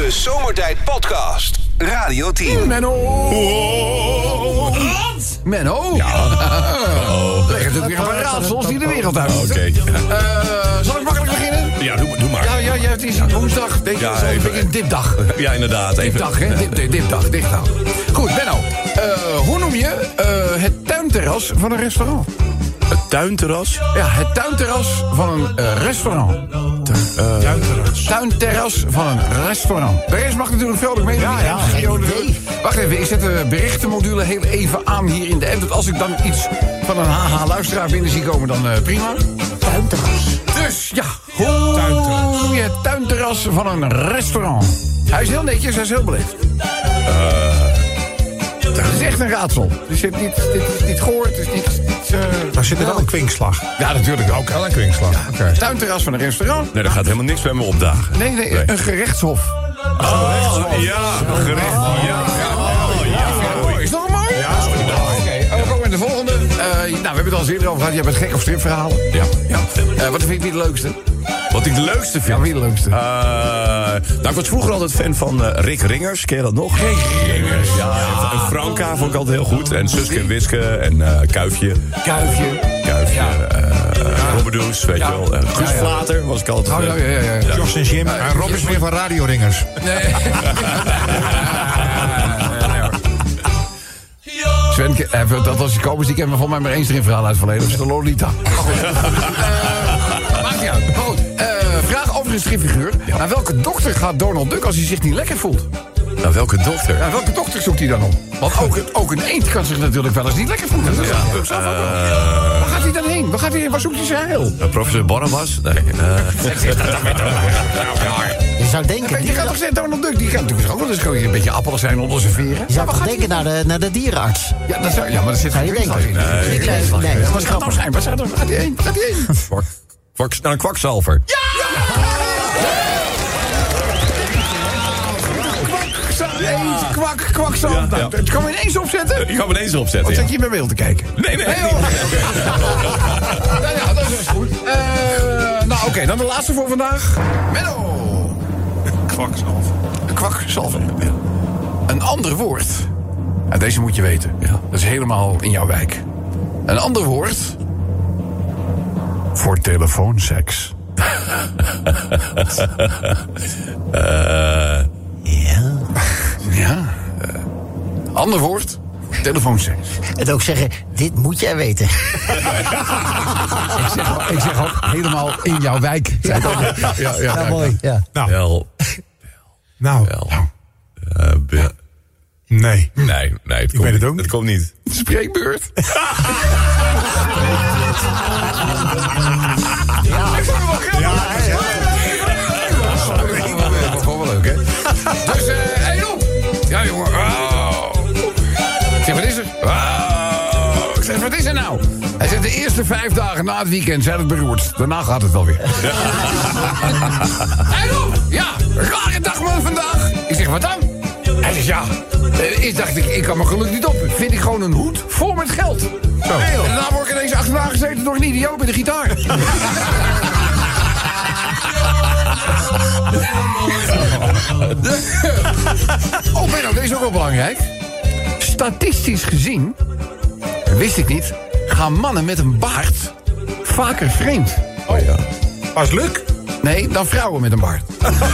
De Zomertijd Podcast. Radio 10. Menno! Wat? Menno? Ja. Leg natuurlijk weer een paar raadsels die de wereld uit. Oké. Zal ik makkelijk beginnen? Ja, doe maar. Ja, het is woensdag. Denk je, Ja, dat is even. een beetje een dipdag. Ja, inderdaad. Even. Dipdag, hè? Dipdag, dichtdag. Goed, Menno. Hoe noem je het tuinterras van een restaurant? Het tuinterras? Ja, het tuinterras van een restaurant. Tuinterras van een restaurant. De rest mag natuurlijk vrolijk mee. Ja, geen idee. Wacht even, ik zet de berichtenmodule heel even aan hier in de app. Dat als ik dan iets van een HH-luisteraar binnen zie komen, dan prima. Tuinterras. Dus ja, hoe noem je het tuinterras van een restaurant? Hij is heel netjes, hij is heel beleefd. Het is echt een raadsel. Dus dit is niet gehoord, het is niet... Daar zit er wel een kwinkslag. Ja, natuurlijk ook. Wel een kwinkslag. Ja, tuinterras van een restaurant. Nee, er gaat helemaal niks bij me opdagen. Nee, een gerechtshof. Oh, ja, gerecht. Is nog een mooi? Ja, oké, we komen in de volgende. We hebben het al eens eerder over gehad. Je hebt het gek of stripverhalen. Ja. Wat vind je het leukste? Wat ik het leukste Ja, vind? wie het leukste? Ik was vroeger altijd fan van Rick Ringers. Ken je dat nog? Rick Ringers. Ja, en Franka vond ik altijd heel goed. En Suske en Wiske en Kuifje. Kuifje. Robberdoes, weet je wel. Guus Vlater was ik altijd fan. Ja. Jos en Jim. En Rob is meer van radioringers. Nee. Sven, dat was je komers, die kennen me van mij maar eens erin verhaal uit het verleden. Dat is de Lolita. Maakt niet uit. Maar goed, vraag over een stripfiguur. Naar welke dokter gaat Donald Duck als hij zich niet lekker voelt? Nou, welke dokter? Ja, welke dokter zoekt hij dan op? Want ook een eend kan zich natuurlijk wel eens niet lekker voelen. Dat snap ik zelf ook wel. Waar gaat hij dan heen? Waar zoekt hij zijn heil? Professor Barnabas? Nee. Je zou denken, Je gaat toch zeggen, Donald Duck, die kan natuurlijk ook wel eens een beetje appelig zijn onder zijn veren. je zou toch denken naar de dierenarts. Ja, maar dat zit Zou je denken? in. Nee, dat is Wat gaat nou zijn? Waar gaat hij heen? Waar gaat hij heen? Naar een kwakzalver. Kwakzalver. Ja. Nou, het kan we ineens opzetten. Ik ga hem ineens opzetten. Of zet je in mijn beeld te kijken? Nee. Nou ja, dat is best goed. Oké, dan de laatste voor vandaag. Menno. Kwakzalver. Een kwakzalver. Ja. Een ander woord. Ja, deze moet je weten. Ja. Dat is helemaal in jouw wijk. Een ander woord voor telefoonseks. Ja. Ander woord, telefoonseks. En ook zeggen, dit moet jij weten. Ik zeg ook helemaal in jouw wijk. Ja, mooi. Ja. Wel. Nou, nee. Nee, het komt weet het ook niet. niet. Het komt niet. Spreekbeurt. Ik vond het wel grappig. Dat vond wel leuk, hè? Dus, hey, op. Ja, jongen. Oh. Ik zeg, wat is er? Oh. Ik zeg, wat is er nou? Hij zegt, de eerste 5 dagen na het weekend zijn het beroerd. Daarna gaat het wel weer. Hey, op. Ja, rare dag man vandaag. Ik zeg, wat dan? Hij zegt, ja. Eerst dacht ik kan mijn geluk niet op. Vind ik gewoon een hoed vol met geld. Zo. En daarna word ik ineens achterna gezeten door een idioot met de gitaar. Oh, Benno, deze is ook wel belangrijk. Statistisch gezien, wist ik niet, gaan mannen met een baard vaker vreemd. Oh ja. Was Luc? Nee, dan vrouwen met een baard.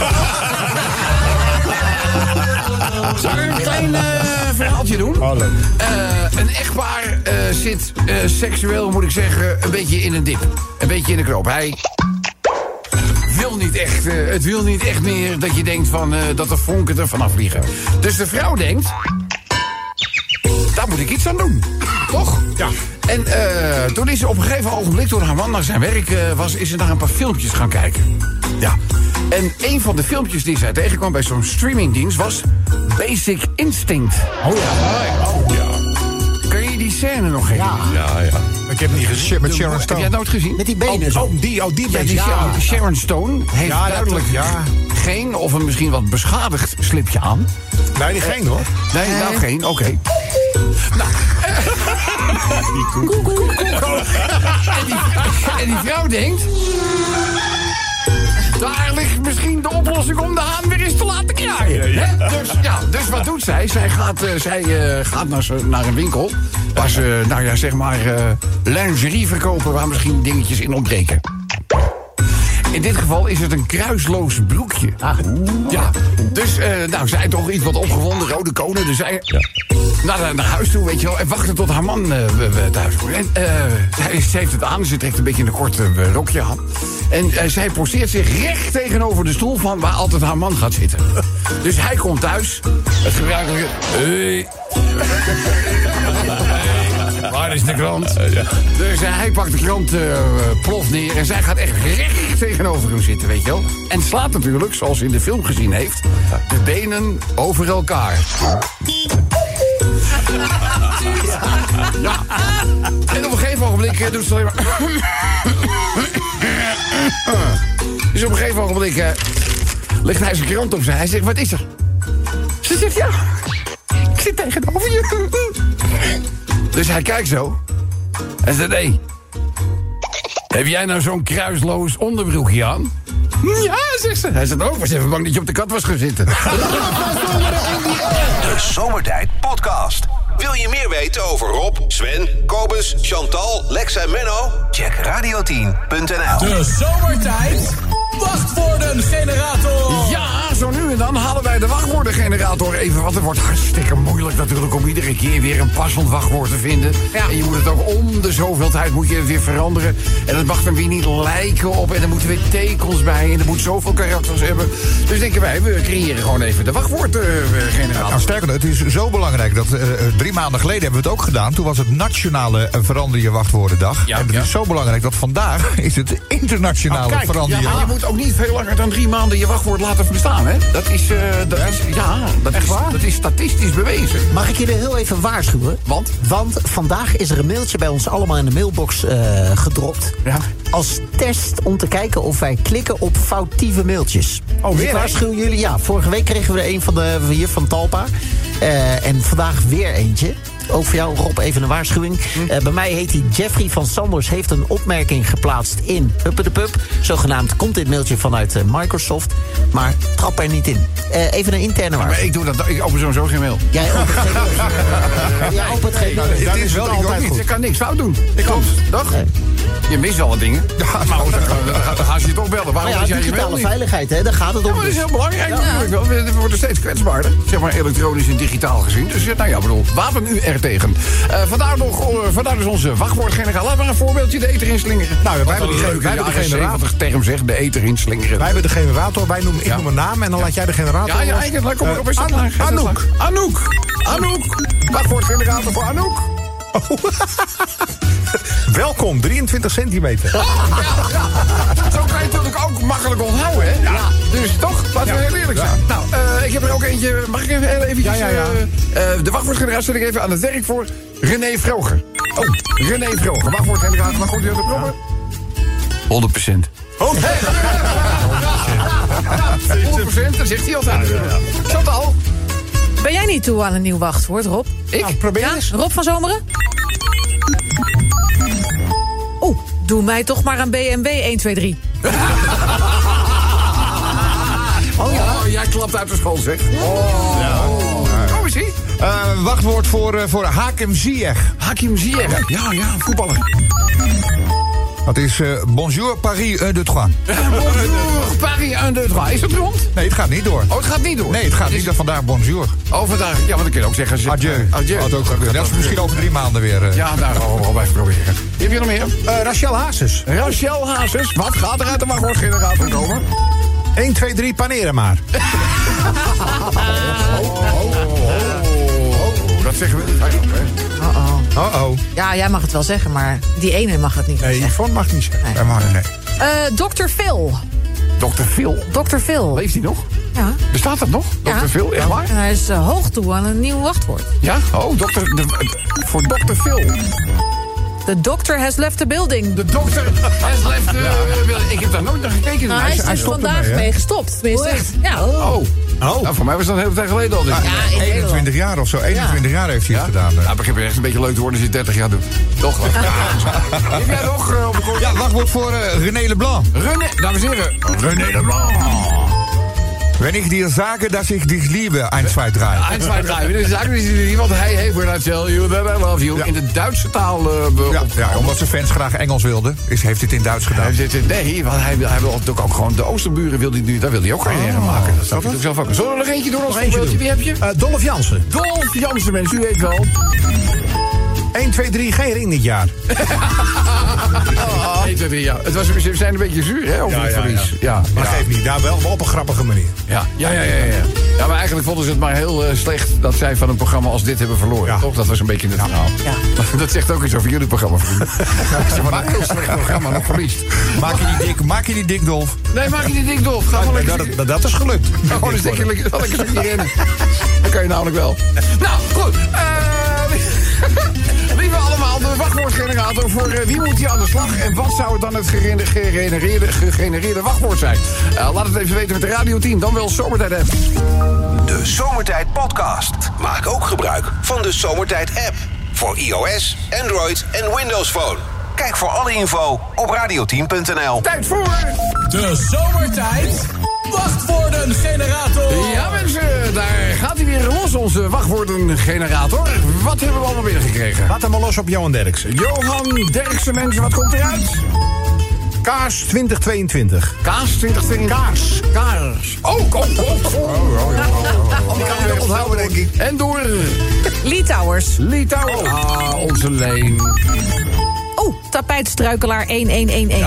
Zal ik een klein verhaaltje doen? Oh, leuk. Een echtpaar zit seksueel, moet ik zeggen, een beetje in een dip. Een beetje in de knoop. Hij wil niet echt, het wil niet echt meer dat je denkt van, dat de vonken er vanaf vliegen. Dus de vrouw denkt, daar moet ik iets aan doen. Toch? Ja. En toen is ze op een gegeven ogenblik, toen haar man naar zijn werk was, is ze naar een paar filmpjes gaan kijken. Ja. En een van de filmpjes die zij tegenkwam bij zo'n streamingdienst was Basic Instinct. Oh ja. Kun je die scène nog herinneren? Ja. Ik heb het niet gezien. Met Sharon Heb jij Stone. het nooit gezien? Met die benen zo. Die Ja, best. die Sharon Stone heeft Ja, dat- duidelijk ja. geen of een misschien wat beschadigd slipje aan. Nee, die geen hoor. Nee, nou geen, oké. Nou, en die vrouw denkt, daar ligt misschien de oplossing om de haan weer eens te laten kraaien. Ja. Hè? Dus wat doet zij? Zij gaat naar een winkel waar ze, lingerie verkopen waar misschien dingetjes in ontbreken. In dit geval is het een kruisloos broekje. Ja, dus zij toch iets wat opgewonden, rode konen. Dus zij naar huis toe, weet je wel, en wachten tot haar man thuis komt. En ze heeft het aan, ze trekt een beetje een kort rokje aan. En zij poseert zich recht tegenover de stoel van waar altijd haar man gaat zitten. Dus hij komt thuis, het gebruikelijke... Hey. Waar is de krant? Dus hij pakt de krant plof neer en zij gaat echt recht tegenover hem zitten, weet je wel. En slaat natuurlijk, zoals ze in de film gezien heeft, de benen over elkaar. Ja. En op een gegeven ogenblik doet ze alleen maar... Dus op een gegeven ogenblik legt hij zijn krant op. Hij zegt, wat is er? Ze zegt, ja, ik zit tegenover je. Dus hij kijkt zo. En zegt, hé, heb jij nou zo'n kruisloos onderbroekje aan? Ja, zegt ze. Hij zegt, oh, ik was even bang dat je op de kat was gaan zitten. De Zomertijd Podcast. Wil je meer weten over Rob, Sven, Kobus, Chantal, Lex en Menno? Check radio10.nl. De Zomertijd Wachtwoordengenerator. Ja, zo nu en dan halen wij de wachtwoordengenerator even. Want het wordt hartstikke moeilijk natuurlijk om iedere keer weer een passend wachtwoord te vinden. Ja. En je moet het ook om de zoveel tijd moet je het weer veranderen. En het mag dan weer niet lijken op. En er moeten weer tekens bij. En er moet zoveel karakters hebben. Dus denken wij, we creëren gewoon even de wachtwoordgenerator. Nou, sterker nog, het is zo belangrijk dat 3 maanden geleden hebben we het ook gedaan. Toen was het nationale Verander je wachtwoordendag. Ja, en het is zo belangrijk dat vandaag is het internationale Verander je je moet ook niet veel langer dan 3 maanden je wachtwoord laten bestaan, hè? Dat is statistisch bewezen. Mag ik jullie heel even waarschuwen? Want? Want vandaag is er een mailtje bij ons allemaal in de mailbox gedropt. Ja. Als test om te kijken of wij klikken op foutieve mailtjes. Oh, dus weer, ik waarschuw jullie. Ja, vorige week kregen we er een van Talpa. En vandaag weer eentje. Ook voor jou, Rob, even een waarschuwing. Bij mij heet hij Jeffrey van Sanders. Heeft een opmerking geplaatst in Huppedepub. Zogenaamd komt dit mailtje vanuit Microsoft. Maar trap er niet in. Even een interne waarschuwing. Maar ik open sowieso geen mail. Jij opent geen mail. Jij opent geen mail. Het is wel altijd goed. Je kan niks fout doen. Klopt, toch? Nee. Je mist wel wat dingen. Ja, maar dan gaan ze je toch bellen. Waarom jij digitale je veiligheid, hè? Daar gaat het om. Ja, maar dat is heel belangrijk natuurlijk wel. We worden steeds kwetsbaarder. Zeg maar elektronisch en digitaal gezien. Dus wapen u er tegen. Vandaar dus onze wachtwoordgeneraal. Laten we maar een voorbeeldje de eter inslingeren. Nou, wij hebben de generator. Term zegt, de eter inslingeren. Wij hebben de generator. Ik noem een naam en dan laat jij de generator. Ja, eigenlijk. Kom maar op eens. Anouk. Wachtwoordgenerator voor Anouk. Oh. Welkom, 23 centimeter. Ja. Zo kan je natuurlijk ook makkelijk onthouden, hè? Ja. Dus toch, laten we heel eerlijk zijn. Nou, ik heb er ook eentje. Mag ik even heel eventjes... de wachtwoordgenerator zet ik even aan het werk voor René Vroger. Oh, René Vroger. Wachtwoordgenerator, mag goed u dat proppen? 100%. Oh, 100%, dat zegt hij altijd. Chantal. Ben jij niet toe aan een nieuw wachtwoord, Rob? Ik? Nou, probeer eens. Rob van Zomeren? Doe mij toch maar een BMW 1, 2, 3. Oh, jij klapt uit de school, zeg. Oh, is hij? Wachtwoord voor Hakim Ziyech. Hakim Ziyech. Ja, voetballer. Dat is Bonjour Paris 1, 2, 3. Bonjour Paris 1, 2, 3. Is het rond? Nee, het gaat niet door. Oh, het gaat niet door? Nee, het gaat niet door. Vandaag bonjour. Oh, vandaag. Ja, want dan kun je ook zeggen... Adieu. Had ook gekund. Dat is misschien over 3 maanden weer. Ja, daar gaan we wel even proberen. Heb je nog meer? Rachel Hazes. Rachel Hazes. Wat gaat er uit de wachtwoordgenerator komen? 1, 2, 3, paneren maar. Dat zeggen we niet. Oh. Ja, jij mag het wel zeggen, maar die ene mag het niet Nee, zeggen. Yvonne mag niet zeggen. Nee. Dr. Phil. Dr. Phil? Dr. Phil. Leeft hij nog? Ja. Bestaat dat nog? Ja. Dr. Phil, echt waar? En hij is hoog toe aan een nieuw wachtwoord. Ja? Oh, voor Dr. Phil. The doctor has left the building. De dokter has left the building. Ik heb daar nooit naar gekeken. Nou, hij is dus vandaag mee gestopt. Tenminste, ja. Oh, Oh. Nou, voor mij was dat een hele tijd geleden al. Dus. 21 jaar of zo. 21 jaar heeft hij het gedaan. Nou, het begint echt een beetje leuk te worden als je 30 jaar doet. Toch? Heb jij nog op de kort? Ja, wachtwoord voor René Leblanc. René, dames en heren. René Leblanc. Wenn ich dir sage, dass ich dich liebe, 1, 2, 3. 1, 2, 3. Dat is eigenlijk niet, want hij heeft when I tell you that I love you in de Duitse taal. Ja, omdat zijn fans graag Engels wilden, heeft hij het in Duits gedaan. Nee, want hij wil natuurlijk ook gewoon de Oosterburen, daar wil hij ook carrière maken. Dat snap je toch zelf ook. Zullen we er nog eentje doen als voorbeeldje? Wie heb je? Dolph Jansen. Dolph Jansen, mensen, u weet wel. 1, 2, 3, geen ring dit jaar. 1, 2, 3, ja. We zijn een beetje zuur, hè, over het verlies. Ja. Maar geeft niet, daar wel op een grappige manier. Ja, maar eigenlijk vonden ze het maar heel slecht dat zij van een programma als dit hebben verloren. Ja. Toch? Dat was een beetje het verhaal. Ja. Dat zegt ook iets over jullie programma, vrienden. Ze van een heel slecht programma nog verliest. Maak je die dik, Dolf? Nee, maak je die dik, Dolf. Ga gewoon lekker... Dat is gelukt. Gewoon een stukje lekker rennen. Dat kan je namelijk wel. Nou, goed. Lieve allemaal, de wachtwoordgenerator voor wie moet hier aan de slag en wat zou het dan het gegenereerde wachtwoord zijn? Laat het even weten met de Radio 10, dan wel Zomertijd app. De Zomertijd podcast. Maak ook gebruik van de Zomertijd app. Voor iOS, Android en Windows Phone. Kijk voor alle info op radio10.nl. Tijd voor... De Zomertijd wachtwoordengenerator. Ja mensen, daar gaat hij weer los, onze wachtwoordengenerator. Wat hebben we allemaal binnengekregen? Laat hem maar los op Johan Derksen. Johan Derksen, mensen, wat komt eruit? Kaars 2022. Kaas 2022. Kaars. Oh. Die kan je nog onthouden, denk ik. En door... Litouwers. Litouwers. Onze Leen. Oh, tapijtstruikelaar 1111.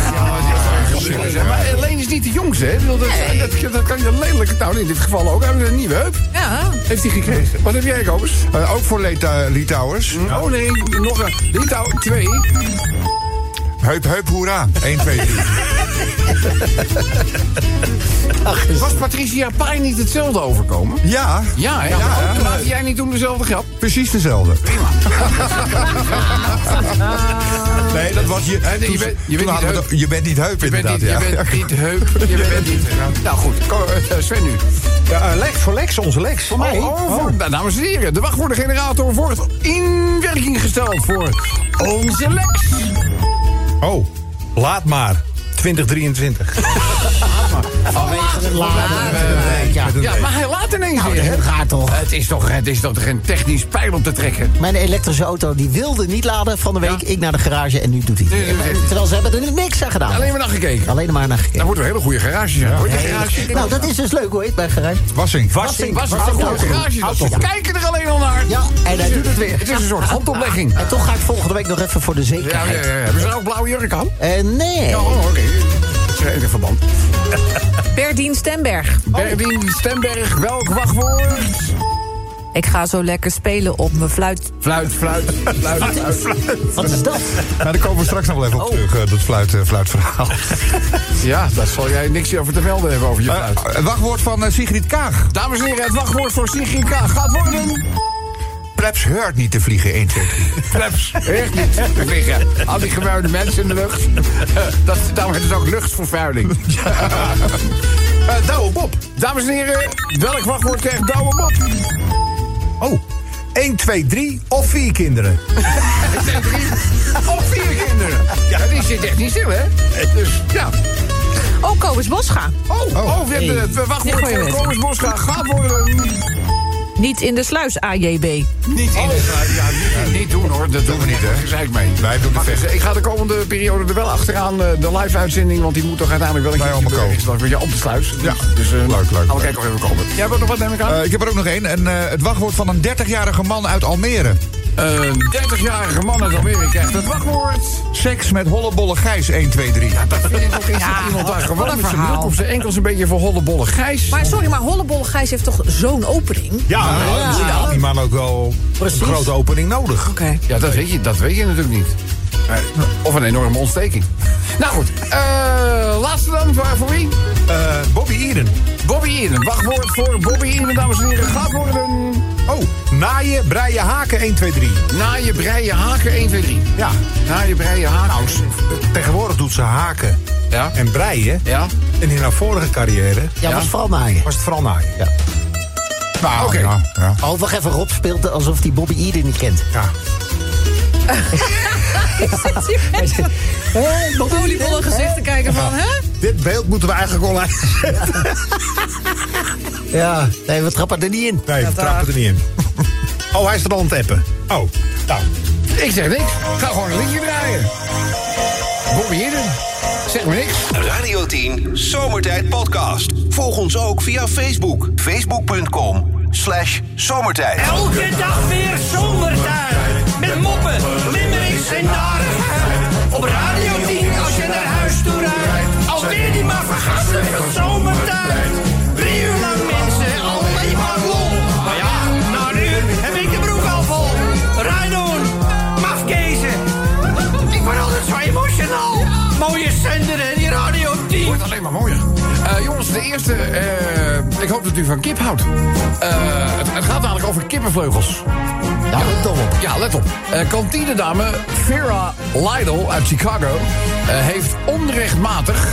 Maar Leen is niet de jongste, hè? Dat kan je lelijk... Nou, in dit geval ook. Hij heeft een nieuwe heup. Ja. Heeft hij gekregen. Wat heb jij, Kobus? Ook voor Litouwers. Oh nee, nog een. Litouw 2. Heup, hoera. 1, 2, 3. Was Patricia Pai niet hetzelfde overkomen? Ja. Ja. Toen maakte jij niet toen dezelfde grap? Precies dezelfde. Prima. Nee, dat was je... Je bent niet heup, inderdaad. Je bent niet heup. Je bent niet... Nou goed, Sven nu. Lex, voor Lex, onze Lex. Voor mij. Dames en heren, de wachtwoordengenerator wordt in werking gesteld voor onze Lex. Oh, laat maar. 2023. Vanwege het laden. Ja, maar hij laat ineens weer. Dat gaat toch. Het is toch geen technisch pijl om te trekken. Mijn elektrische auto die wilde niet laden van de week. Ik naar de garage en nu doet hij het. Terwijl ze hebben er niks aan gedaan. Alleen maar naar gekeken. Alleen maar naar gekeken. Dan wordt er een hele goede garage zijn. Nou, dat is dus leuk, hoe heet het bij garage? Wassing. Was een goede garage. Ze kijken er alleen al naar. Ja, en hij doet het weer. Het is een soort handoplegging. En toch ga ik volgende week nog even voor de zekerheid. Ja. Hebben ze nou ook blauwe jurk aan? Nee. Oh, oké. Dat is een verband. Berdien Stemberg. Berdien Stemberg, welk wachtwoord? Ik ga zo lekker spelen op mijn fluit. Fluit. Wat is dat? Nou, daar komen we straks nog wel even op terug, dat fluitverhaal. Ja, daar zal jij niks over te melden hebben over je fluit. Wachtwoord van Sigrid Kaag. Dames en heren, het wachtwoord voor Sigrid Kaag gaat worden... Plebs heurt niet te vliegen, 1, 2, 3. Plebs heurt niet te vliegen. Al die gemuide mensen in de lucht. Daarom heet het ook luchtvervuiling. Douwe Bob. Dames en heren, welk wachtwoord krijgt Douwe Bob? Oh, 1, 2, 3 of 4 kinderen. 1, 2, 3 of 4 kinderen. Ja, die zit echt niet stil, hè? Dus, ja. Oh, Kobus Bosga. We hebben het wachtwoord voor Kobus Bosga gaat worden... Niet in de sluis, AJB. Niet in de sluis. Niet doen hoor, dat doen we niet, hè. Daar zei ik mee. Wij doen het vechten. Ik ga de komende periode er wel achteraan, de live-uitzending... want die moet toch uiteindelijk wel een keer gebeuren. Ja, op de sluis. Ja, dus leuk. Gaan we kijken of we komen. Jij hebt ook nog wat, neem ik aan? Ik heb er ook nog één. En het wachtwoord van een 30-jarige man uit Almere. Een 30-jarige man uit Almere krijgt het wachtwoord. Seks met hollebolle Gijs, 1, 2, 3. Ja, dat vind ik ook eens dat iemand daar gewoon met zijn broek op zijn enkels een beetje voor hollebolle Gijs. Maar sorry, maar Hollebolle Gijs heeft toch zo'n opening? Ja, misschien had die man ook wel een grote opening nodig. Oké. Ja, dat weet je natuurlijk niet. Of een enorme ontsteking. Nou goed, laatste dan, voor wie? Bobby Eden. Bobby Eden, wachtwoord voor Bobby Eden, dames en heren, gaat worden... Oh, naaien, breien, haken, 1, 2, 3. Naaien, breien, haken, 1, 2, 3. Ja. Naaien, breien, haken. Nou, tegenwoordig doet ze haken. Ja. en breien. Ja. En in haar vorige carrière Ja, was vooral naaien. was het vooral naaien. Ja. Nou, Oké. ja. Oh, wacht even, Rob speelt alsof hij Bobby Eden niet kent. Ja. Oliebollen gezicht te kijken van, hè? Dit beeld moeten we eigenlijk online zetten. Ja, nee, we trappen er niet in. Nee, we trappen er niet in. Oh, hij is er al aan het appen. Oh, nou. Ik zeg niks. Ga gewoon een liedje draaien. Bobby Eden. Zeg maar niks. Radio 10 Zomertijd Podcast. Volg ons ook via Facebook. Facebook.com/zomertijd. Elke dag weer zomertijd. Met moppen, limmerings en narigheid. Op Radio 10 als je naar huis toe rijdt. Alweer die maar vergassen van zomertijd. 3 uur lang mensen, alleen maar lol. Maar ja, na een uur heb ik de broek al vol. Rijdoen, mafkezen. Ik word altijd zo emotional. Mooie zender en die Radio 10. Wordt alleen maar mooier. Jongens, de eerste. Ik hoop dat u van kip houdt. Het gaat namelijk over kippenvleugels. Ja, let op. Ja, let op. Kantinedame Vera Lidl uit Chicago heeft onrechtmatig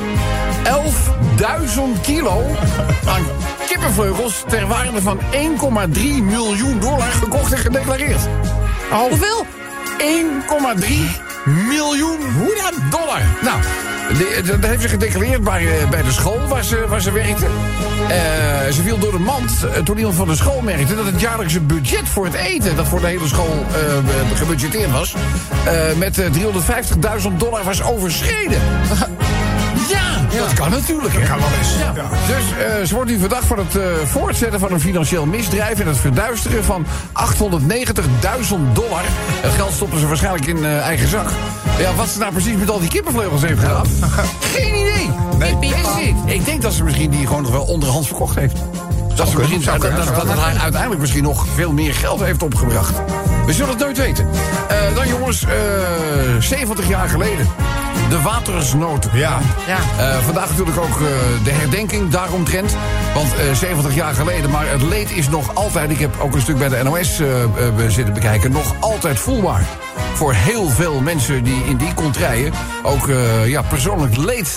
11.000 kilo aan kippenvleugels ter waarde van $1,3 miljoen gekocht en gedeclareerd. Hoeveel? 1,3 miljoen dollar. Nou, dat heeft ze gedeclareerd bij de school waar ze werkte. Ze viel door de mand toen iemand van de school merkte dat het jaarlijkse budget voor het eten, dat voor de hele school gebudgeteerd was, met $350.000 was overschreden. Ja, dat kan natuurlijk. Dat kan wel eens. Ja. Ja. Dus ze wordt nu verdacht van het voortzetten van een financieel misdrijf en het verduisteren van $890.000. Het geld stoppen ze waarschijnlijk in eigen zak. Ja, wat ze nou precies met al die kippenvleugels heeft gedaan, geen idee. Nee, geen idee. Ik denk dat ze misschien die gewoon nog wel onderhands verkocht heeft. Dat ze misschien dat het haar uiteindelijk misschien nog veel meer geld heeft opgebracht. We zullen het nooit weten. Dan jongens, 70 jaar geleden. De watersnood. Ja. Vandaag natuurlijk ook de herdenking daaromtrent. Want 70 jaar geleden, maar het leed is nog altijd, ik heb ook een stuk bij de NOS zitten bekijken, nog altijd voelbaar. Voor heel veel mensen die in die contraien ook persoonlijk leed.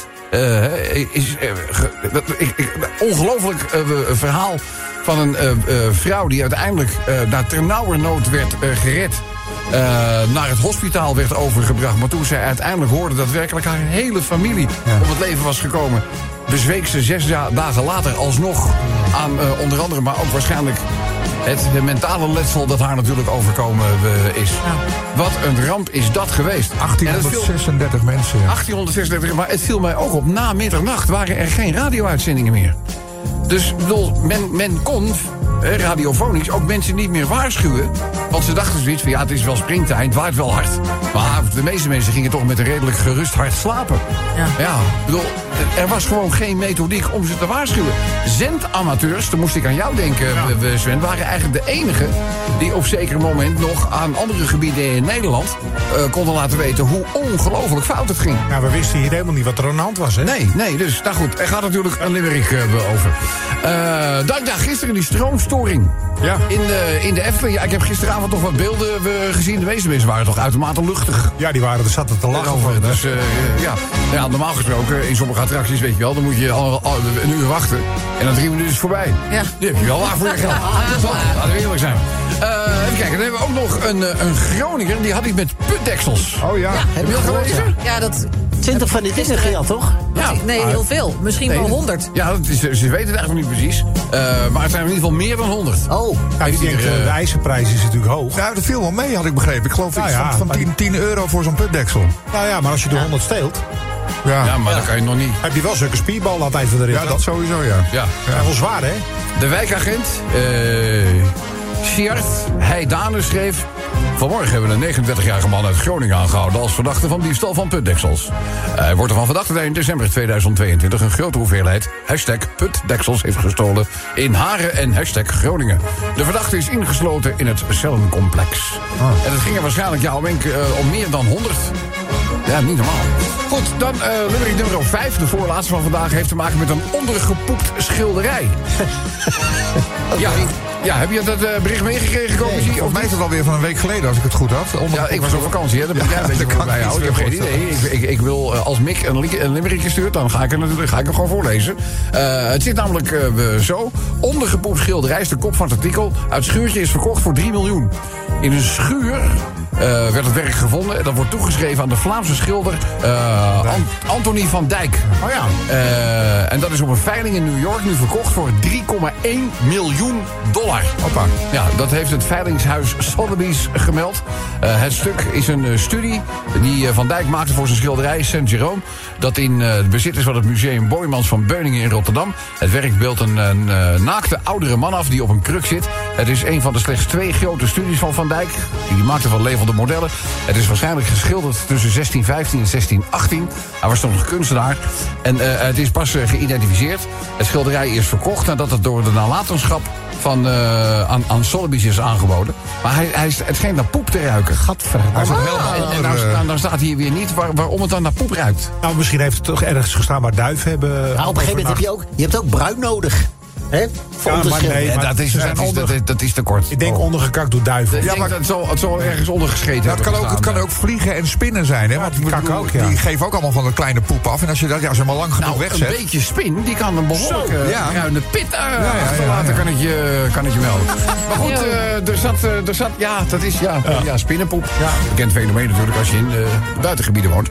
Ongelooflijk verhaal van een vrouw die uiteindelijk ternauwernood werd gered. Naar het hospitaal werd overgebracht. Maar toen zij uiteindelijk hoorde dat werkelijk haar hele familie om het leven was gekomen, bezweek ze 6 dagen later alsnog aan onder andere, maar ook waarschijnlijk het mentale letsel dat haar natuurlijk overkomen is. Ja. Wat een ramp is dat geweest. 1836 mensen. Ja. 1836, maar het viel mij ook op. Na middernacht waren er geen radio-uitzendingen meer. Dus men kon radiofonisch ook mensen niet meer waarschuwen. Want ze dachten zoiets van, het is wel springtijd, het waait wel hard. Maar de meeste mensen gingen toch met een redelijk gerust hart slapen. Ja, ik bedoel, er was gewoon geen methodiek om ze te waarschuwen. Zendamateurs, daar moest ik aan jou denken, Sven, waren eigenlijk de enigen die op zeker moment nog aan andere gebieden in Nederland konden laten weten hoe ongelooflijk fout het ging. Nou, we wisten hier helemaal niet wat er aan de hand was, hè? Nee, dus nou goed, er gaat natuurlijk een limerick over. Gisteren die stroomstoring. Ja. In de Efteling. Ja, ik heb gisteravond toch wat beelden gezien. De meeste mensen waren toch uitermate luchtig. Ja, die waren er zaten te lachen over. Dus normaal gesproken, in sommige attracties, weet je wel, dan moet je al een uur wachten. En dan 3 minuten is het voorbij. Ja. Die heb je wel waar voor je geld. Laten we eerlijk zijn. Even kijken, dan hebben we ook nog een Groninger. Die had iets met putdeksels. Oh ja. Heb je dat gelezen? Ja, dat... 20 van die dingen gejat, toch? Ja. Nee, heel veel. Misschien wel 100. Ja, ze weten het eigenlijk niet precies. Maar het zijn in ieder geval meer dan 100. Oh. Ja, ik denk, de ijzerprijs is natuurlijk hoog. Nou, dat viel wel mee, had ik begrepen. Ik geloof iets van 10 euro voor zo'n putdeksel. Nou ja, maar als je de 100 steelt... Ja, maar dan kan je nog niet. Heb je wel zulke spierballen altijd voor de rit? Ja, dat sowieso, ja. Ja. Wel zwaar, hè? De wijkagent, Sjaard Heidanus schreef: vanmorgen hebben we een 39-jarige man uit Groningen aangehouden als verdachte van diefstal van putdeksels. Hij wordt ervan verdacht dat hij in december 2022 een grote hoeveelheid #putdeksels heeft gestolen in Haren en #Groningen. De verdachte is ingesloten in het cellencomplex. En het ging er waarschijnlijk om meer dan 100. Ja, niet normaal. Goed, dan limerick nummer 5. De voorlaatste van vandaag heeft te maken met een ondergepoept schilderij. Ja, heb je dat bericht meegekregen, Kopersie? Volgens mij is het alweer van een week geleden, als ik het goed had. Ja, ik was op vakantie, hè. Dat ben jij een beetje dat kan bij ik jou. niet Ik heb geen idee. Ik wil, als Mick een limerickje stuurt, dan ga ik hem gewoon voorlezen. Het zit namelijk zo. Ondergepoept schilderij is de kop van het artikel. Het schuurtje is verkocht voor 3 miljoen. In een schuur werd het werk gevonden. Dat wordt toegeschreven aan de Vlaamse schilder Anthony van Dijk. Oh ja. En dat is op een veiling in New York nu verkocht voor $3,1 miljoen. Hoppa. Ja, dat heeft het veilingshuis Sotheby's gemeld. Het stuk is een studie die Van Dijk maakte voor zijn schilderij Saint-Jérôme, dat in het bezit is van het museum Boijmans van Beuningen in Rotterdam. Het werk beeldt een naakte oudere man af die op een kruk zit. Het is een van de slechts 2 grote studies van Van Dijk. Die maakte van levende modellen. Het is waarschijnlijk geschilderd tussen 1615 en 1618. Hij was nog kunstenaar. En het is pas geïdentificeerd. Het schilderij is verkocht nadat het door de nalatenschap aan Sotheby's is aangeboden. Maar het schijnt naar poep te ruiken. En dan staat hier weer niet waarom het dan naar poep ruikt. Nou, misschien heeft het toch ergens gestaan waar duiven hebben. Nou, op een gegeven moment je hebt ook bruin nodig. Hè? Dat is te kort. Ik denk ondergekakt door duiven. Ja, maar het zal ergens ondergescheten hebben. Het kan ook vliegen en spinnen zijn. Hè? Want die geven ook allemaal van dat kleine poep af. En als je dat maar lang genoeg wegzet. Een beetje spin, die kan een behoorlijke bruine pit achterlaten, kan ik je melden. Maar goed, er zat dat is spinnenpoep. Ja. Bekend fenomeen natuurlijk als je in buitengebieden woont.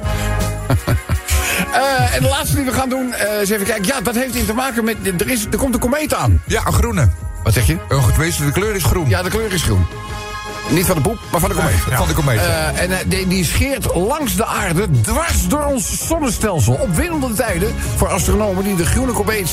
En de laatste die we gaan doen, eens even kijken. Ja, dat heeft in te maken met, er komt een komeet aan. Ja, een groene. Wat zeg je? De kleur is groen. Ja, de kleur is groen. Niet van de poep, maar van de komeet. Ja. Van de komeet. En die scheert langs de aarde, dwars door ons zonnestelsel. Opwindende tijden voor astronomen die de groene komeet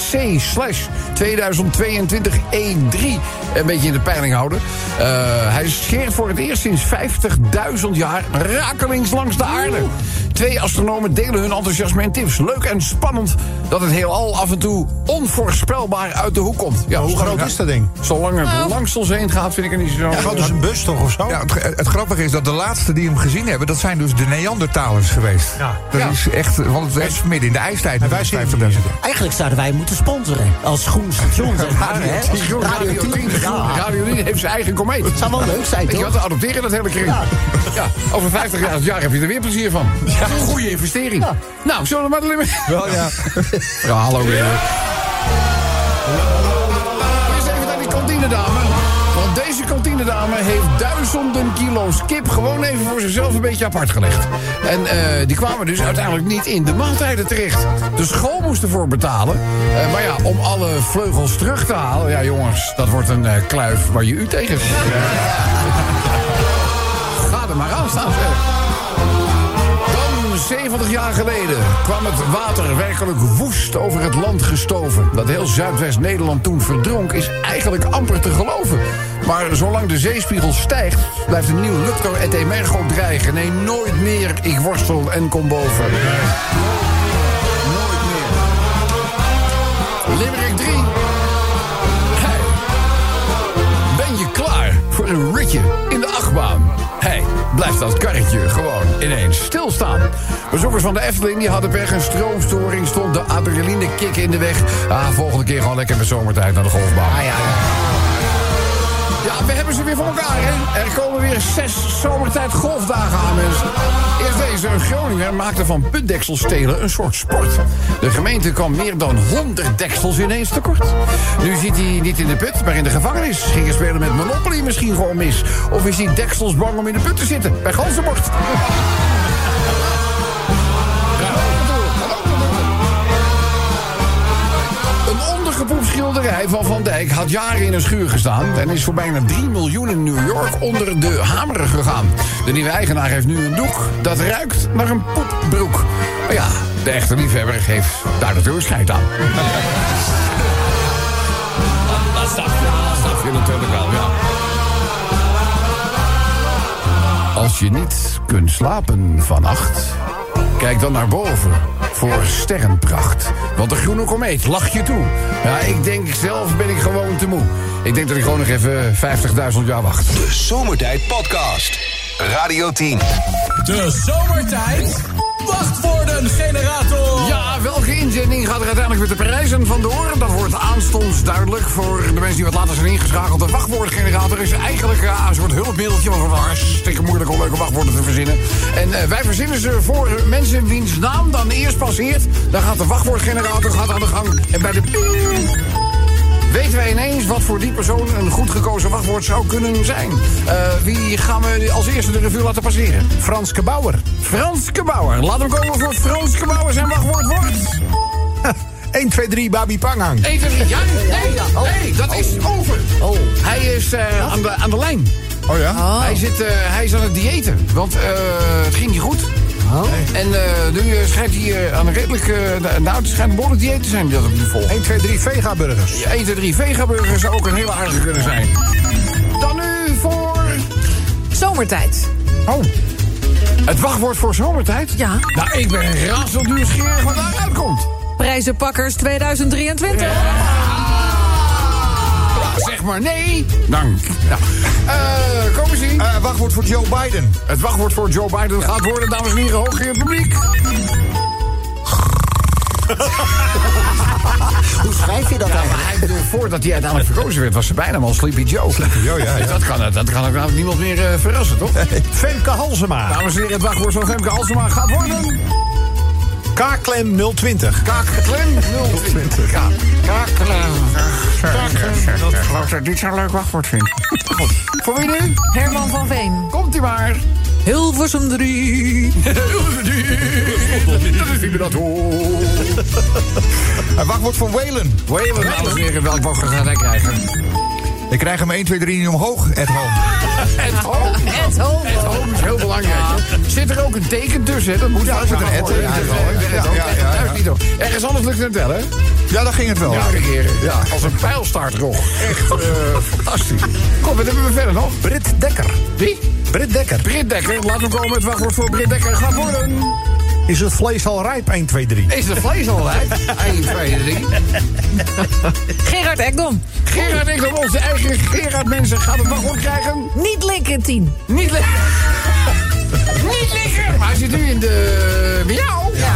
C/2022-E3 een beetje in de peiling houden. Hij scheert voor het eerst sinds 50.000 jaar rakelings langs de aarde. 2 astronomen delen hun enthousiasme en tips. Leuk en spannend dat het heelal af en toe onvoorspelbaar uit de hoek komt. Ja, hoe groot is dat ding? Zolang het langs ons heen gaat, vind ik het niet zo... Ja, dus een bus toch of zo? Ja, het grappige is dat de laatste die hem gezien hebben, dat zijn dus de Neandertalers geweest. Ja. Dat is echt, want het is midden in de ijstijd. En wij 50.000. Eigenlijk zouden wij moeten sponsoren. Als groen station, zeg maar. Radio 10 heeft zijn eigen komeet. Het zou wel leuk zijn, toch? Je had te adopteren dat hele kring. Ja, over 50 jaar heb je er weer plezier van. Ja. Goede investering. Ja. Nou, zullen we maar erin mee? Wel, ja. Hallo weer. Eerst even naar die kantinedame. Want deze kantinedame heeft duizenden kilo's kip gewoon even voor zichzelf een beetje apart gelegd. En die kwamen dus uiteindelijk niet in de maaltijden terecht. De school moest ervoor betalen. Maar ja, om alle vleugels terug te halen... Ja, jongens, dat wordt een kluif waar je u tegen zit. Ga er maar aan staan, zeg. 70 jaar geleden kwam het water werkelijk woest over het land gestoven. Dat heel Zuidwest-Nederland toen verdronk is eigenlijk amper te geloven. Maar zolang de zeespiegel stijgt, blijft een nieuw Luctor et Emergo dreigen. Nee, nooit meer, ik worstel en kom boven. Nooit meer. Limerick 3. Hey. Ben je klaar voor een ritje in de achtbaan? Hey, blijft dat karretje gewoon ineens stilstaan. Bezoekers van de Efteling die hadden pech, een stroomstoring, stond de adrenaline kick in de weg. Volgende keer gewoon lekker met zomertijd naar de golfbaan. Ja, we hebben ze weer voor elkaar, hè? Er komen weer 6 zomertijd golfdagen aan, mensen. Eerst deze, een Groninger maakte van putdeksels stelen een soort sport. De gemeente kwam meer dan 100 deksels ineens tekort. Nu zit hij niet in de put, maar in de gevangenis. Gingen spelen met Monopoly misschien gewoon mis. Of is hij deksels bang om in de put te zitten? Bij Ganzenbord. Ondergepoept schilderij van Van Dijk had jaren in een schuur gestaan... en is voor bijna 3 miljoen in New York onder de hamer gegaan. De nieuwe eigenaar heeft nu een doek dat ruikt naar een poepbroek. Maar ja, de echte liefhebber heeft daar natuurlijk scheid aan. Dat snap je natuurlijk wel, ja. Als je niet kunt slapen vannacht, kijk dan naar boven voor sterrenpracht. Want de groene komeet lacht je toe. Ja, ik denk zelf ben ik gewoon te moe. Ik denk dat ik gewoon nog even 50.000 jaar wacht. De Zomertijd Podcast. Radio 10. De zomertijd wachtwoordengenerator. Ja, welke inzending gaat er uiteindelijk met de prijzen vandoor? Dat wordt aanstonds duidelijk voor de mensen die wat later zijn ingeschakeld. De wachtwoordgenerator is eigenlijk een soort hulpmiddeltje om hartstikke moeilijk om leuke wachtwoorden te verzinnen. En wij verzinnen ze voor mensen wiens naam dan eerst passeert. Dan gaat de wachtwoordgenerator aan de gang. En bij de ping weten wij ineens wat voor die persoon een goed gekozen wachtwoord zou kunnen zijn. Wie gaan we als eerste de revue laten passeren? Franske Bauer. Franske Bauer. Laat hem komen voor Franske Bauer. Zijn wachtwoord wordt 1, 2, 3, Babi Panghang. 1, 2, 3. Ja, nee, dat is over. Oh. Hij is aan de lijn. Oh ja? Oh. Hij is aan het diëten. Want het ging niet goed. Oh. En nu schijnt hij aan een redelijk... het schijnt een behoorlijk dieet te zijn dat het nu volgt. 1, 2, 3, Vega-burgers. 1, 2, 3 Vega-burgers zou ook een hele aardige kunnen zijn. Dan nu voor... Zomertijd. Oh. Het wachtwoord voor zomertijd? Ja. Nou, ik ben razend nieuwsgierig wat daaruit komt. Prijzenpakkers 2023. Ja, zeg maar nee. Dank. Nou, kom eens zien. Wachtwoord voor Joe Biden. Het wachtwoord voor Joe Biden gaat worden, dames en heren, hoog in het publiek. Hoe schrijf je dat eigenlijk? Voordat hij uiteindelijk verkozen werd, was ze bijna al Sleepy Joe. Sleepy Joe, ja. Dat kan ook nou niemand meer verrassen, toch? Femke Halsema. Dames en heren, het wachtwoord van Femke Halsema gaat worden... K-Clem 020. K-Clem 020. K-Clem. Ik geloof dat ik niet zo'n leuk wachtwoord vind. Goed. Voor wie nu? Herman van Veen. Komt-ie maar. Hilversum 3. Dat is vibrato. Een wachtwoord voor Waylon. Waylon, dames en heren, welk wachtwoord gaat hij krijgen? Ik krijg hem 1, 2, 3 niet omhoog. At home. At home. At home. At home is heel belangrijk. Zit er ook een teken tussen? Dat moet Ja, er zit een at, ja. Ergens anders lukt het wel, hè? Ja, dat ging het wel. Ja, keren. Ja, als een pijlstaartrog. Echt fantastisch. Kom, wat hebben we verder nog? Britt Dekker. Wie? Britt Dekker. Britt Dekker. Laat hem komen. Het wachtwoord voor Britt Dekker gaat worden... Is het vlees al rijp? 1, 2, 3. Is het vlees al rijp? 1, 2, 3. Gerard Ekdom. Gerard Ekdom, onze eigen Gerard mensen, gaat het wachtwoord krijgen? Niet likken 10. Niet liggen. Niet liggen. Maar hij zit nu in de miauw. Ja.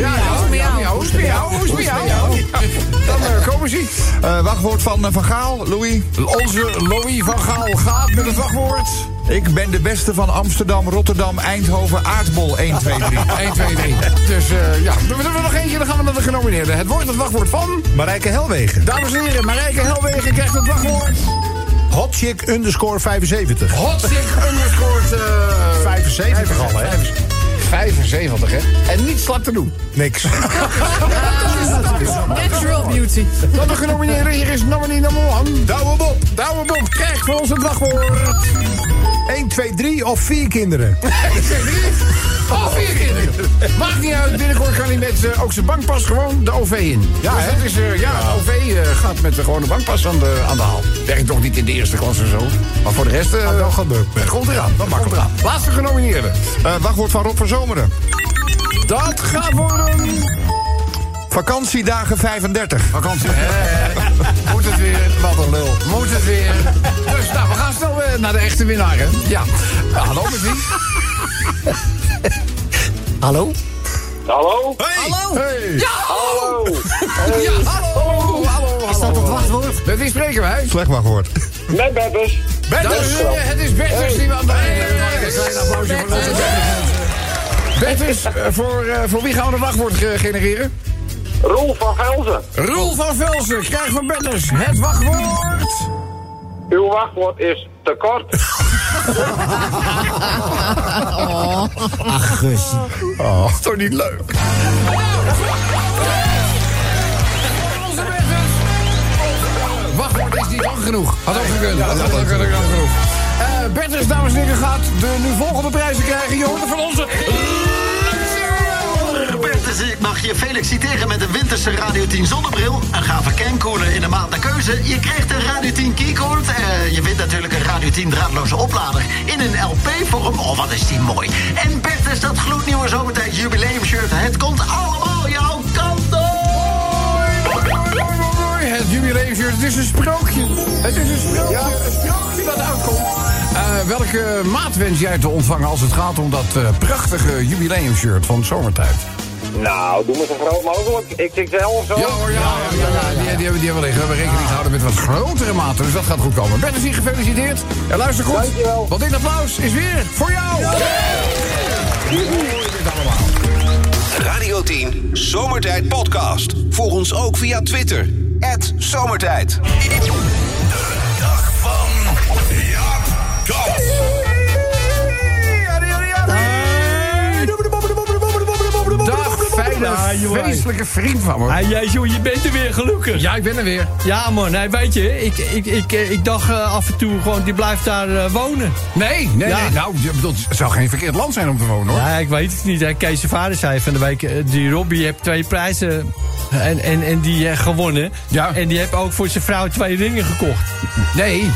Hoest. Dan komen ze. Wachtwoord van Gaal, Louis. Onze Louis van Gaal gaat met het wachtwoord. Ik ben de beste van Amsterdam, Rotterdam, Eindhoven, aardbol. 1, 2, 3. 1, 2, 3. Dus ja, doen we er nog eentje, dan gaan we naar de genomineerden. Het wordt het wachtwoord van... Marijke Helwegen. Dames en heren, Marijke Helwegen krijgt het wachtwoord... Hotchick _ 75. Hotchick _ 75 al, hè? 75, hè? En niets slap te doen. Niks. Natural beauty. Dan de genomineerden, hier is nominee number 1. Douwe Bob. Douwe Bob krijgt voor ons het wachtwoord. 1, 2, 3 of 4 kinderen. 1, 2, 3. Oh, 4 kinderen. Maakt niet uit, binnenkort kan hij met ook zijn bankpas gewoon de OV in. Ja, dus dat is, de OV gaat met de gewone bankpas aan de haal. Werkt toch niet in de eerste klas en zo. Maar voor de rest... dat gaat leuk. Dat komt eraan. Dat komt eraan. Laatste genomineerde. Wachtwoord van Rob van Zomeren. Dat gaat worden... Vakantiedagen 35. Vakantie. Moet het weer. Wat een lul. Moet het weer. Dus nou, we gaan snel naar de echte winnaar, hè? Ja. Hallo, met wie? Hallo? Hallo? Hey. Hallo. Hey. Ja, hallo. Hallo. Ja, hallo. Hallo. Is dat het wachtwoord? Met wie spreken wij? Slecht wachtwoord. Met Beppers. Het is Bertus die we aan de lijn hebben. Een klein applausje voor onze Bertus. Bertus, voor wie gaan we een wachtwoord genereren? Roel van Velzen. Roel van Velzen krijgt van Bertus het wachtwoord. Uw wachtwoord is te kort. Ach, Gussie. Oh, is toch niet leuk? Onze Bertus. Wachtwoord is niet lang genoeg. Had ook gekund. Ja, dat had lang genoeg. Bertus, dames en heren, gaat de nu volgende prijzen krijgen. Je hoort er van onze... Bertus, ik mag je feliciteren met een winterse Radio 10 zonnebril. Een gave camcooler in de maat naar keuze. Je krijgt een Radio 10 keycord. Je vindt natuurlijk een Radio 10 draadloze oplader in een LP-vorm. Oh, wat is die mooi. En Bertus, dat gloednieuwe zomertijd jubileumshirt. Het komt allemaal jouw kant op. Het jubileumshirt, het is een sprookje. Het is een sprookje, een sprookje dat uitkomt. Welke maat wens jij te ontvangen als het gaat om dat prachtige jubileumshirt van Zomertijd? Nou, doe me zo groot mogelijk. XXL of zo. Ja hoor, ja. Die hebben we liggen. We hebben rekening gehouden met wat grotere maten, dus dat gaat goed komen. Bertus, gefeliciteerd. En luister goed, dankjewel. want dit applaus is weer voor jou. Ja. Radio 10 Zomertijd Podcast. Volg ons ook via Twitter. @Zomertijd. De dag van Jaap Kop. Feestelijke vriend van me. Je bent er weer, gelukkig. Ja, ik ben er weer. Ja, man. Weet je, ik dacht af en toe gewoon, die blijft daar wonen. Nee. Nou, het zou geen verkeerd land zijn om te wonen, hoor. Ja, ik weet het niet. Kees' zijn vader zei van de week, die Robbie heeft 2 prijzen en die heeft gewonnen. Ja. En die heeft ook voor zijn vrouw 2 ringen gekocht. Nee,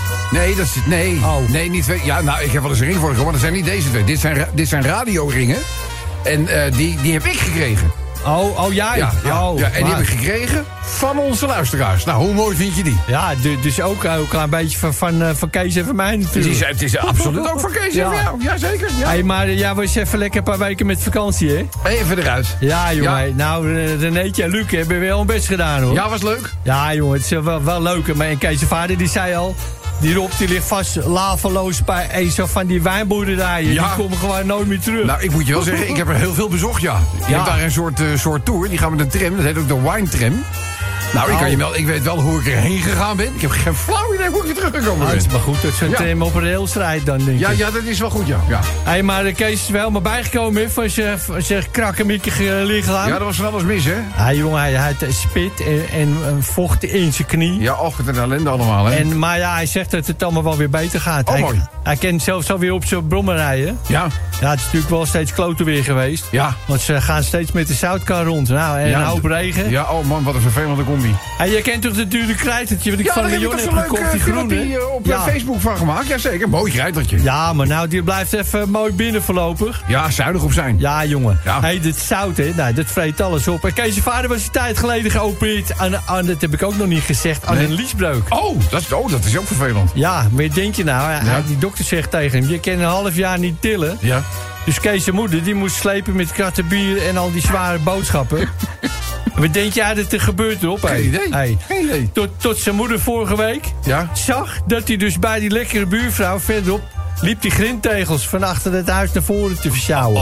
niet 2. Ja, nou, ik heb wel eens een ring voor gekocht, maar dat zijn niet deze 2. Dit zijn radioringen. En die heb ik gekregen. Oh, jij? Ja, en die heb ik gekregen van onze luisteraars. Nou, hoe mooi vind je die? Ja, dus ook een klein beetje van Kees en van mij natuurlijk. Het is absoluut ook van Kees en van jou. Ja, zeker. Ja. Hey, maar jij was even lekker een paar weken met vakantie, hè? Even eruit. Ja, jongen. Ja. Nou, Renéetje en Luc hebben wel hun best gedaan, hoor. Ja, was leuk. Ja, jongen, het is wel leuk. Maar en Kees' vader, die zei al... Die Rob die ligt vast laveloos bij een zo van die wijnboerderijen. Ja. Die komen gewoon nooit meer terug. Nou, ik moet je wel zeggen, ik heb er heel veel bezocht, ja. Je hebt daar een soort tour, die gaat met een tram. Dat heet ook de wine tram. Nou, ik weet wel hoe ik erheen gegaan ben. Ik heb geen flauw idee hoe ik weer teruggekomen ben. Het is maar goed dat zo'n tram op rails rijdt dan, denk ik. Ja, dat is wel goed, ja. Hey, maar Kees is wel maar bijgekomen, hè, van zijn krakkemikkige lichaam. Ja, dat was van alles mis, hè? Hey, jongen, hij had spit en vocht in zijn knie. Ja, wat een ellende allemaal, hè? Maar ja, hij zegt dat het allemaal wel weer beter gaat. Mooi. Hij kan zelfs alweer op zijn brommer rijden. Ja. Ja, het is natuurlijk wel steeds kloten weer geweest. Ja. Want ze gaan steeds met de zoutkar rond. Nou, en een hoop regen. Ja, oh man, wat een vervelende combi. En je kent toch de dure krijtertje wat ik van Leon heb gekocht, die groene? Op Facebook van gemaakt, jazeker. Mooi krijtertje. Ja, maar nou, die blijft even mooi binnen voorlopig. Ja, zuinig op zijn. Ja, jongen. Ja. Hey, dit zout, hè, nou, dat vreet alles op. En Kees' vader was een tijd geleden geopereerd aan dat heb ik ook nog niet gezegd, aan een liesbreuk. Oh, dat is ook vervelend. Ja, maar denk je nou, die dokter zegt tegen hem, je kan een half jaar niet tillen. Ja. Dus Kees' moeder, die moest slepen met kratten bier en al die zware boodschappen. Wat denk jij dat er gebeurt erop? Geen idee. Tot zijn moeder vorige week zag dat hij dus bij die lekkere buurvrouw verderop liep die grindtegels van achter het huis naar voren te versjouwen.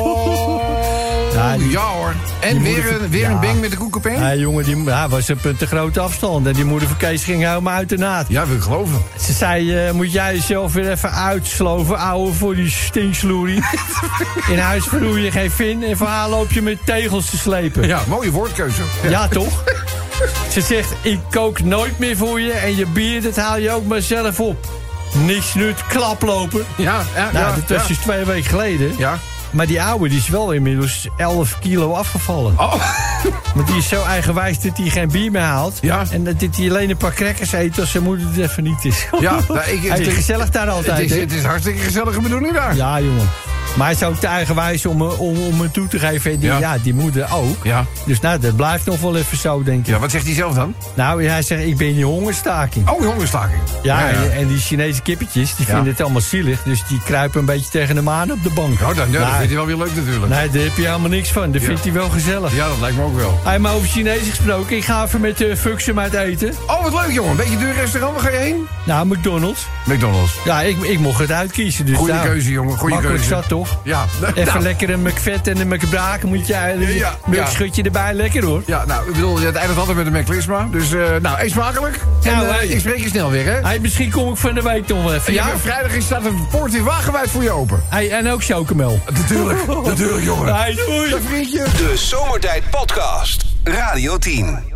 Ja hoor. En weer een bang met de koekenpen? Ja, jongen, die was op een te grote afstand. En die moeder van Kees ging helemaal uit de naad. Ja, wil ik geloven. Ze zei, moet jij jezelf weer even uitsloven, ouwe, voor die stinksloerie. In huis verroer je geen vin en voor haar loop je met tegels te slepen. Ja, mooie woordkeuze. Ja, toch? Ze zegt, ik kook nooit meer voor je en je bier, dat haal je ook maar zelf op. Niks nut, klaplopen. Dat was dus 2 weken geleden. Ja. Maar die oude die is wel inmiddels 11 kilo afgevallen. Oh. Want die is zo eigenwijs dat hij geen bier meer haalt. Ja. En dat hij alleen een paar crackers eet als zijn moeder het even niet is. Ja, hij is gezellig daar altijd. Het is hartstikke gezellige bedoeling daar. Ja, jongen. Maar hij is ook te eigenwijs om me toe te geven. En die moeder ook. Ja. Dus nou, dat blijft nog wel even zo, denk ik. Ja, wat zegt hij zelf dan? Nou, hij zegt, ik ben in hongerstaking. Oh, hongerstaking. Ja. En die Chinese kippetjes, die vinden het allemaal zielig. Dus die kruipen een beetje tegen de maan op de bank. Oh, dat vindt hij wel weer leuk natuurlijk. Nee, daar heb je helemaal niks van. Dat vindt hij wel gezellig. Ja, dat lijkt me ook wel. Hij maar over Chinees gesproken. Ik ga even met Fuxum uit eten. Oh, wat leuk, jongen. Een beetje duur restaurant. Waar ga je heen? Nou, McDonald's. Ja, ik mocht het uitkiezen. Dus goeie keuze, jongen. Goeie keuze. Makkelijk zat, toch? Ja. Even lekker een McFet en een McBraken moet je schutje erbij. Lekker, hoor. Ja, nou, ik bedoel, het eindigt altijd met een McClisma. Dus, eet smakelijk. En ik spreek je snel weer, hè? Hey, misschien kom ik van de week nog wel even. Ja, vrijdag staat een poort in Wagenwijd voor je open. Hey, en ook chocomel. Natuurlijk, jongen. Hey, doei. Vriendje. De Zomertijd Podcast. Radio 10.